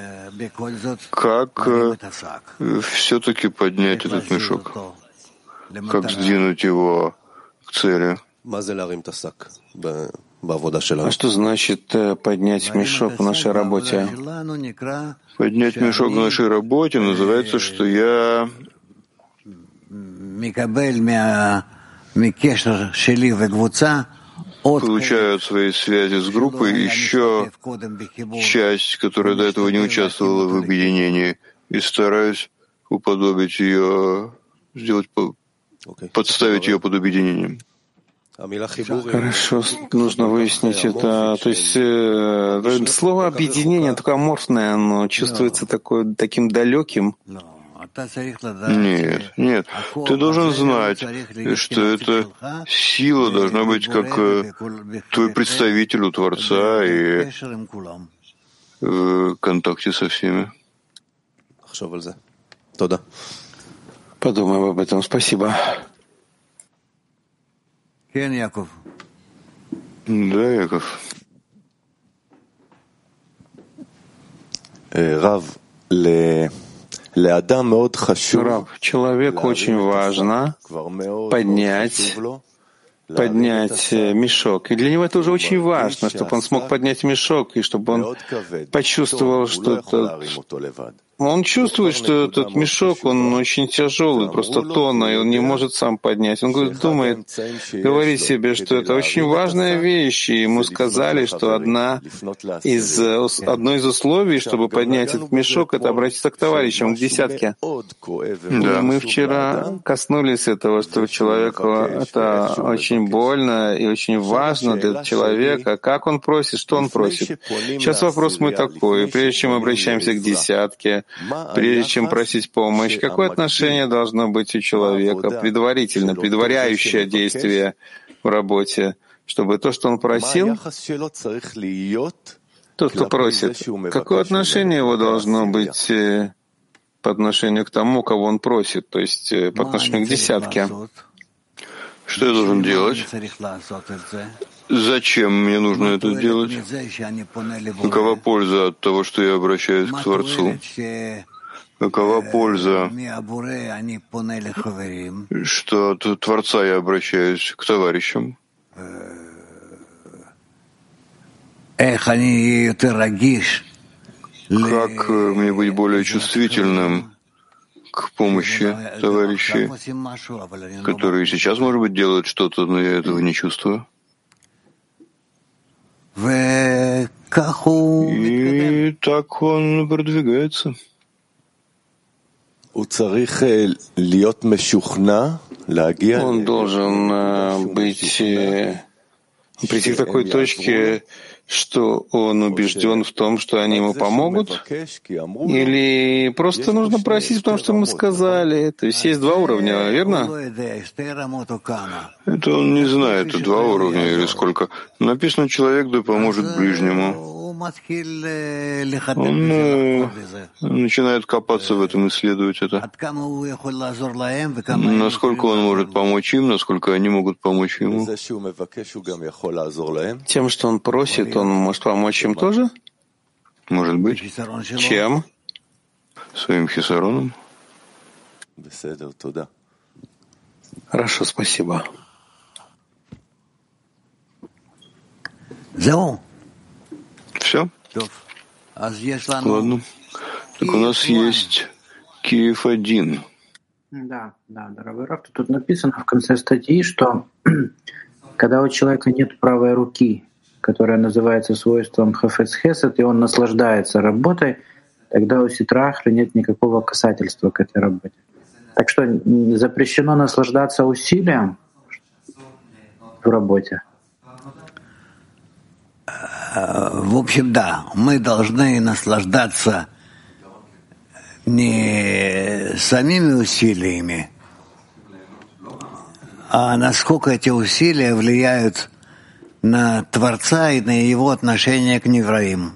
как все-таки поднять этот мешок, как сдвинуть его к цели. А что значит поднять мешок в нашей работе? Поднять мешок в нашей работе называется, что я получаю от своей связи с группой еще часть, которая до этого не участвовала в объединении, и стараюсь уподобить ее, подставить ее под объединением. Хорошо, нужно выяснить это. То есть слово «объединение» такое аморфное, оно чувствуется таким далеким. Нет. Ты должен знать, что эта сила должна быть как твой представитель у Творца и в контакте со всеми. Подумаем об этом. Спасибо. Да, Яков. Рав, человеку очень важно поднять мешок. И для него это уже очень важно, чтобы он смог поднять мешок, и чтобы он почувствовал, что это Он чувствует, что этот мешок, он очень тяжелый, просто тонна, и он не может сам поднять. Он говорит, говорит себе, что это очень важная вещь, и ему сказали, что одно из условий, чтобы поднять этот мешок, это обратиться к товарищам, к десятке. Да, мы вчера коснулись этого, что человеку это очень больно и очень важно для человека, как он просит, что он просит. Сейчас вопрос мой такой, прежде чем мы обращаемся к десятке, прежде чем просить помощь, какое отношение должно быть у человека, предваряющее действие в работе, чтобы то, что он просил, тот, кто просит, какое отношение его должно быть по отношению к тому, кого он просит, то есть по отношению к десятке? Что я должен делать? Зачем мне нужно это делать? Какова польза от того, что я обращаюсь к Творцу? Какова польза, что от Творца я обращаюсь к товарищам? Как мне быть более чувствительным к помощи товарищей, которые сейчас, может быть, делают что-то, но я этого не чувствую? И так он продвигается. Он должен прийти к такой точке, что он убежден в том, что они ему помогут, или просто нужно просить, потому что ему сказали. То есть есть два уровня, верно? Это он не знает, два уровня или сколько. Написано, человек да поможет ближнему. Он начинает копаться в этом, исследовать это. Насколько он может помочь им, насколько они могут помочь ему. Тем, что он просит, он может помочь им тоже? Может быть. Чем? Своим хисароном. Хорошо, спасибо. Все? Ладно. Так у нас есть Киев-1. Да, дорогой Раф, тут написано в конце статьи, что когда у человека нет правой руки, которая называется свойством хафец хесед, и он наслаждается работой, тогда у ситрахли нет никакого касательства к этой работе. Так что запрещено наслаждаться усилием в работе. В общем, да, мы должны наслаждаться не самими усилиями, а насколько эти усилия влияют на Творца и на его отношение к невраим.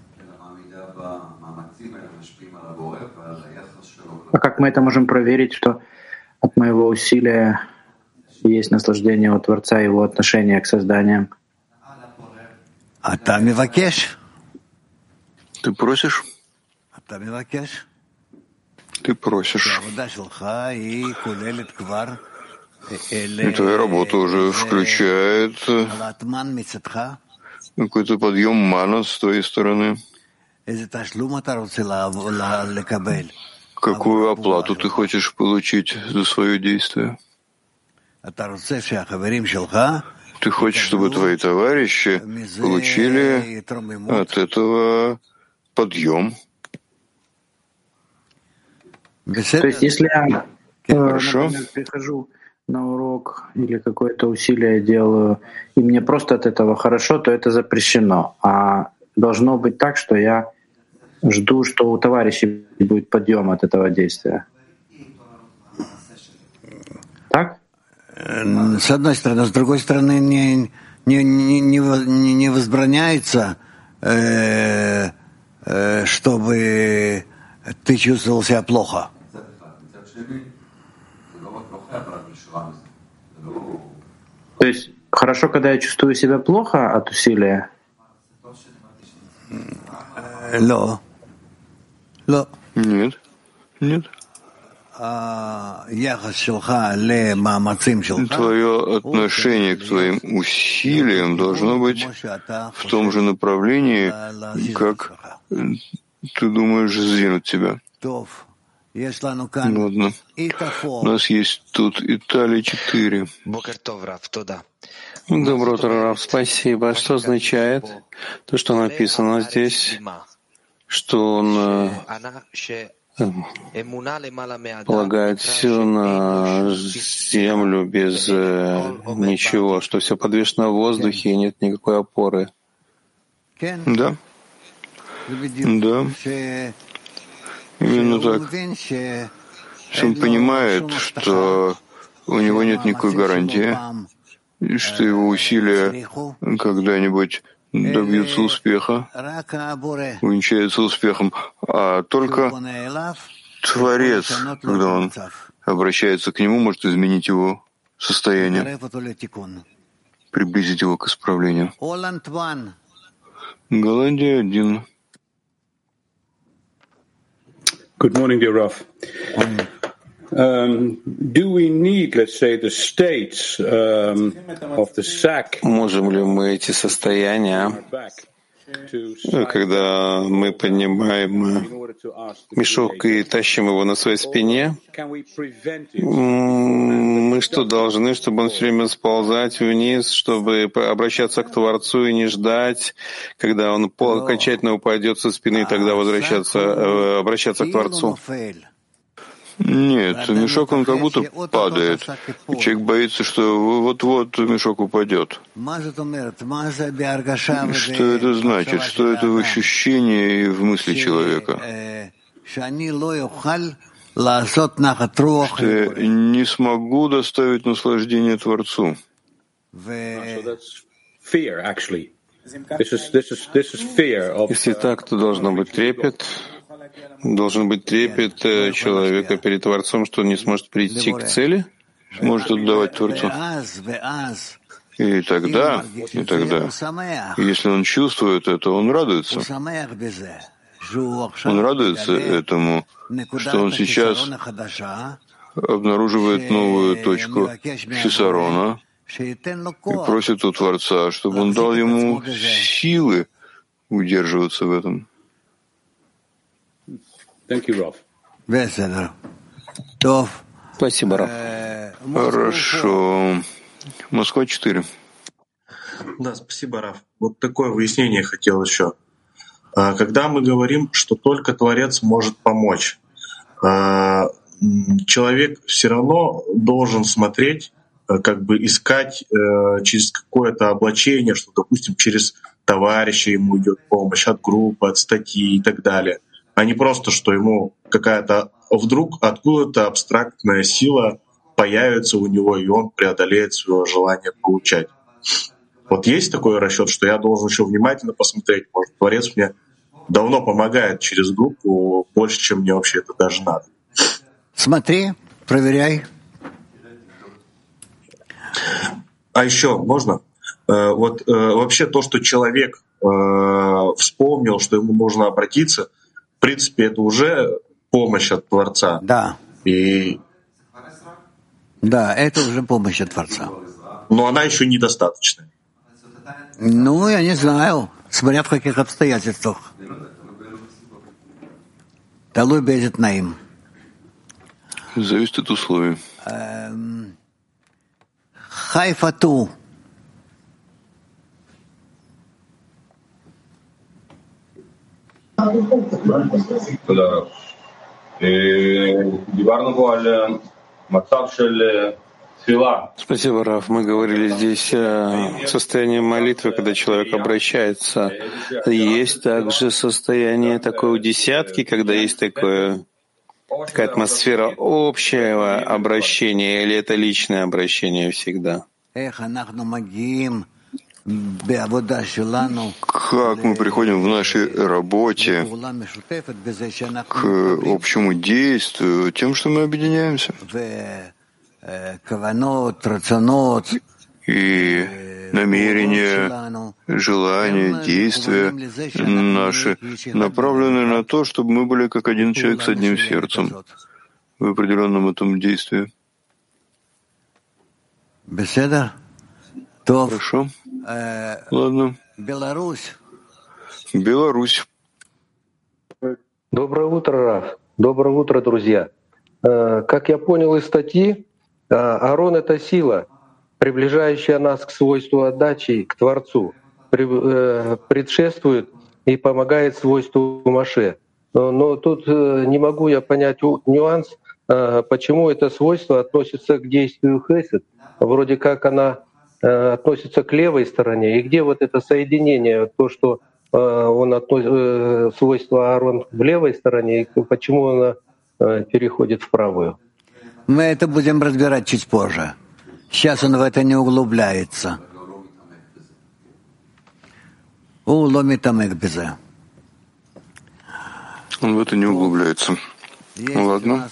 А как мы это можем проверить, что от моего усилия есть наслаждение у Творца и его отношение к созданиям? А там и вакеш. Ты просишь? Ты просишь. И твоя работа уже включает какой-то подъем мана с твоей стороны. Какую оплату ты хочешь получить за свое действие? Ты хочешь, чтобы твои товарищи получили от этого подъем? То есть, если я Хорошо. прихожу на урок или какое-то усилие делаю, и мне просто от этого хорошо, то это запрещено. А должно быть так, что я жду, что у товарищей будет подъем от этого действия. Так? С одной стороны. С другой стороны, не возбраняется, чтобы ты чувствовал себя плохо. То есть хорошо, когда я чувствую себя плохо от усилия? Нет. Твое отношение к твоим усилиям должно быть в том же направлении, как ты думаешь сдвинуть тебя. Ладно. У нас есть тут Италия 4. Доброе утро, Рав. Спасибо. Что означает то, что написано здесь, что он полагает все на землю без ничего, что все подвешено в воздухе и нет никакой опоры? Да. Да. Именно так. Что он понимает, что у него нет никакой гарантии, и что его усилия когда-нибудь добьются успеха, увенчаются успехом, а только Творец, когда он обращается к нему, может изменить его состояние, приблизить его к исправлению. Голландия 1. Good morning, dear Raf. Do we need, let's say, the states of the sack? Можем ли мы эти состояния, когда мы поднимаем мешок и тащим его на своей спине, мы что, должны, чтобы он все время сползать вниз, чтобы обращаться к Творцу и не ждать, когда он окончательно упадет со спины, и тогда обращаться к Творцу? Нет, мешок, он как будто падает. Человек боится, что вот-вот мешок упадет. Что это значит? Что это в ощущении и в мысли человека? Что я не смогу доставить наслаждение Творцу. Если так, то должен быть трепет. Должен быть трепет человека перед Творцом, что он не сможет прийти к цели, сможет отдавать Творцу. И тогда, если он чувствует это, он радуется. Он радуется этому, что он сейчас обнаруживает новую точку Хисарона и просит у Творца, чтобы он дал ему силы удерживаться в этом. Thank you, Raf. Спасибо, Рав. Хорошо. Москва 4. Да, спасибо, Рав. Вот такое выяснение хотел еще. Когда мы говорим, что только Творец может помочь, человек все равно должен смотреть, как бы искать через какое-то облачение, что, допустим, через товарища ему идет помощь, от группы, от статьи и так далее, а не просто, что ему какая-то вдруг откуда-то абстрактная сила появится у него, и он преодолеет свое желание получать. Вот есть такой расчет, что я должен еще внимательно посмотреть, может, Творец мне давно помогает через группу больше, чем мне вообще это даже надо. Смотри, проверяй. А еще можно? Вот вообще то, что человек вспомнил, что ему нужно обратиться, в принципе, это уже помощь от Творца. Да. Да, это уже помощь от Творца. Но она еще недостаточная. Ну, я не знаю, смотря в каких обстоятельствах. Талуй бейзет наим. Зависит от условий. Хайфату. תודה. דיברנו פה על מצב של תפילה. Спасибо, Раф. Мы говорили здесь о состоянии молитвы, когда человек обращается. Есть также состояние такое у десятки, когда есть такая атмосфера общего обращения, или это личное обращение всегда? Как мы приходим в нашей работе к общему действию тем, что мы объединяемся. И намерения, желания, действия наши направлены на то, чтобы мы были как один человек с одним сердцем в определенном этом действии. Хорошо. Ладно. Беларусь. Доброе утро, Раф. Доброе утро, друзья. Как я понял из статьи, Аарон — это сила, приближающая нас к свойству отдачи, к Творцу, предшествует и помогает свойству Моше. Но тут не могу я понять нюанс, почему это свойство относится к действию хесед, вроде как она относится к левой стороне, и где вот это соединение, то, что он относит свойство Аарон в левой стороне, и почему она переходит в правую. Мы это будем разбирать чуть позже. Сейчас он в это не углубляется. Он в это не углубляется. Ну, ладно.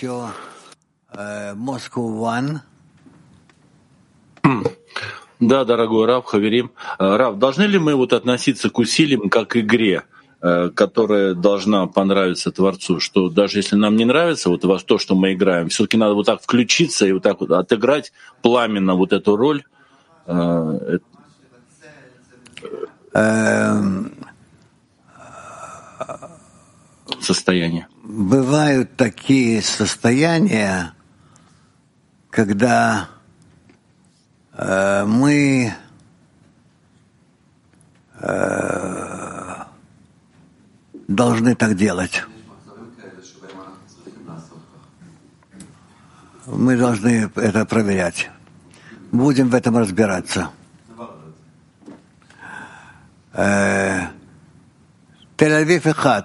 Да, дорогой Рав, Хаверим. Рав, должны ли мы вот относиться к усилиям как к игре, которая должна понравиться Творцу, что даже если нам не нравится вот то, что мы играем, все-таки надо вот так включиться и вот так вот отыграть пламенно вот эту роль? Состояние. Бывают такие состояния, когда мы должны так делать. Мы должны это проверять. Будем в этом разбираться. Тель-Авив 1.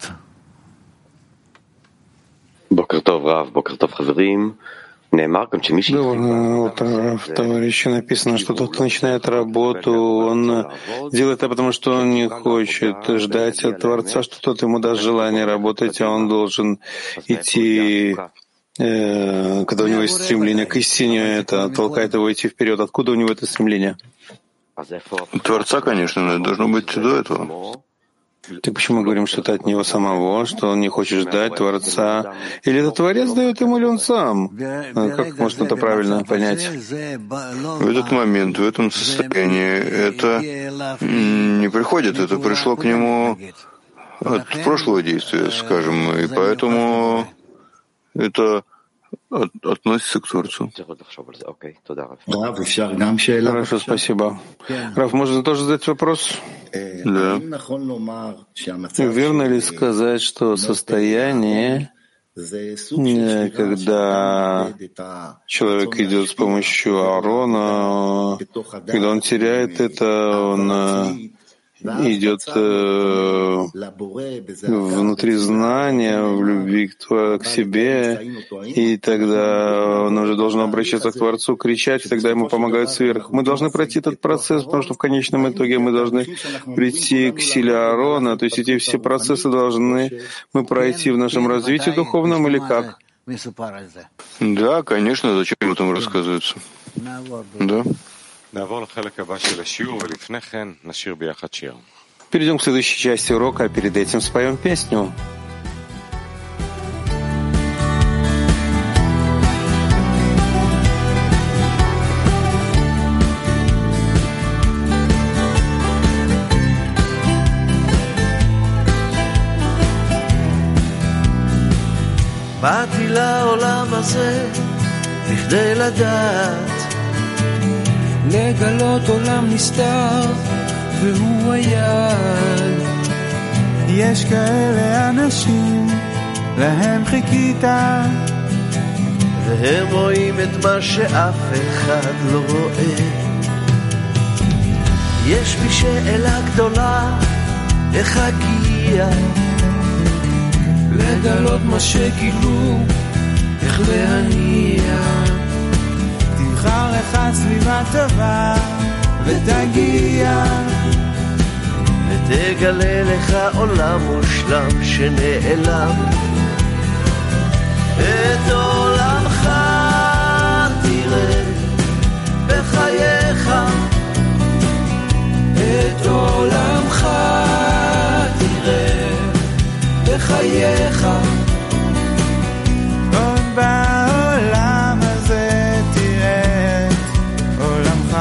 Бокер тов, Рав, бокер тов, хаверим. Доброе утро, товарищи. Написано, что тот, кто начинает работу, он делает это потому, что он не хочет ждать от Творца, что тот ему даст желание работать, а он должен идти, когда у него есть стремление к истине, это толкает его идти вперед. Откуда у него это стремление? Творца, конечно, но должно быть до этого. Так почему мы говорим, что это от него самого, что он не хочет ждать Творца? Или это Творец дает ему, или он сам? Как можно это правильно понять? В этот момент, в этом состоянии это не приходит, это пришло к нему от прошлого действия, скажем, и поэтому это относится к Творцу. Хорошо, спасибо. Раф, можно тоже задать вопрос? Да. Верно ли сказать, что состояние, когда человек идет с помощью Аарона, когда он теряет это, он идет внутри знания, в любви к себе, и тогда он уже должен обращаться к Творцу, кричать, и тогда ему помогают сверху. Мы должны пройти этот процесс, потому что в конечном итоге мы должны прийти к силе Аарона, то есть эти все процессы должны мы пройти в нашем развитии духовном или как? Да, конечно, зачем об этом рассказывается? Да. Перейдем к следующей части урока, а перед этим споем песню. באתי לעולם הזה בכדי לדעת לגלות עולם נסתר והוא היד. יש כאלה אנשים להם חיכית והם רואים את מה שאף אחד לא רואה. יש בי שאלה גדולה איך אגיע לגלות מה שגילו איך להניע. תבחר לך סביבה טובה ותגיע ותגלה לך עולם מושלם שנעלם. את עולמך תראה בחייך, את עולמך תראה בחייך. עוד בעולם הזה תראה את עולמך.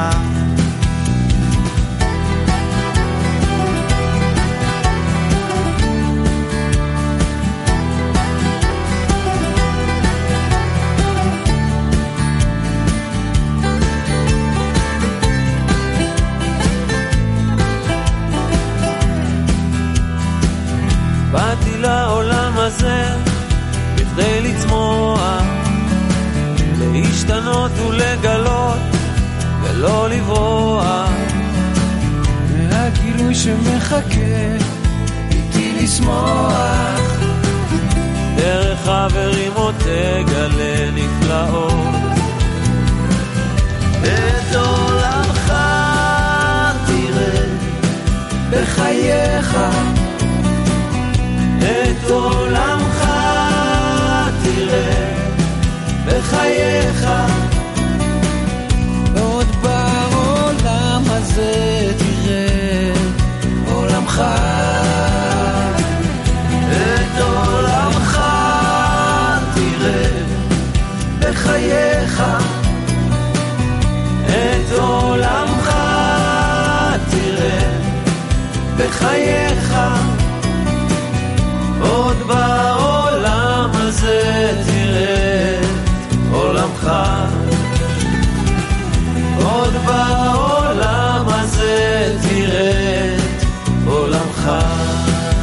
להתפזר בכדי לצמוח, להשתנות ולגלות ולא לברוח, והגילוי שמחכה איתי לשמוח, דרך חברים עוד תגלה נפלאות. את עולמך תראה בחייך, את עולמך תראה בחייך, עוד בעולם הזה תראה עולמך, את עולמך תראה בחייך, את עולמך תראה בחייך, עוד בעולם הזה תראה עולמך, עוד בעולם הזה תראה עולמך.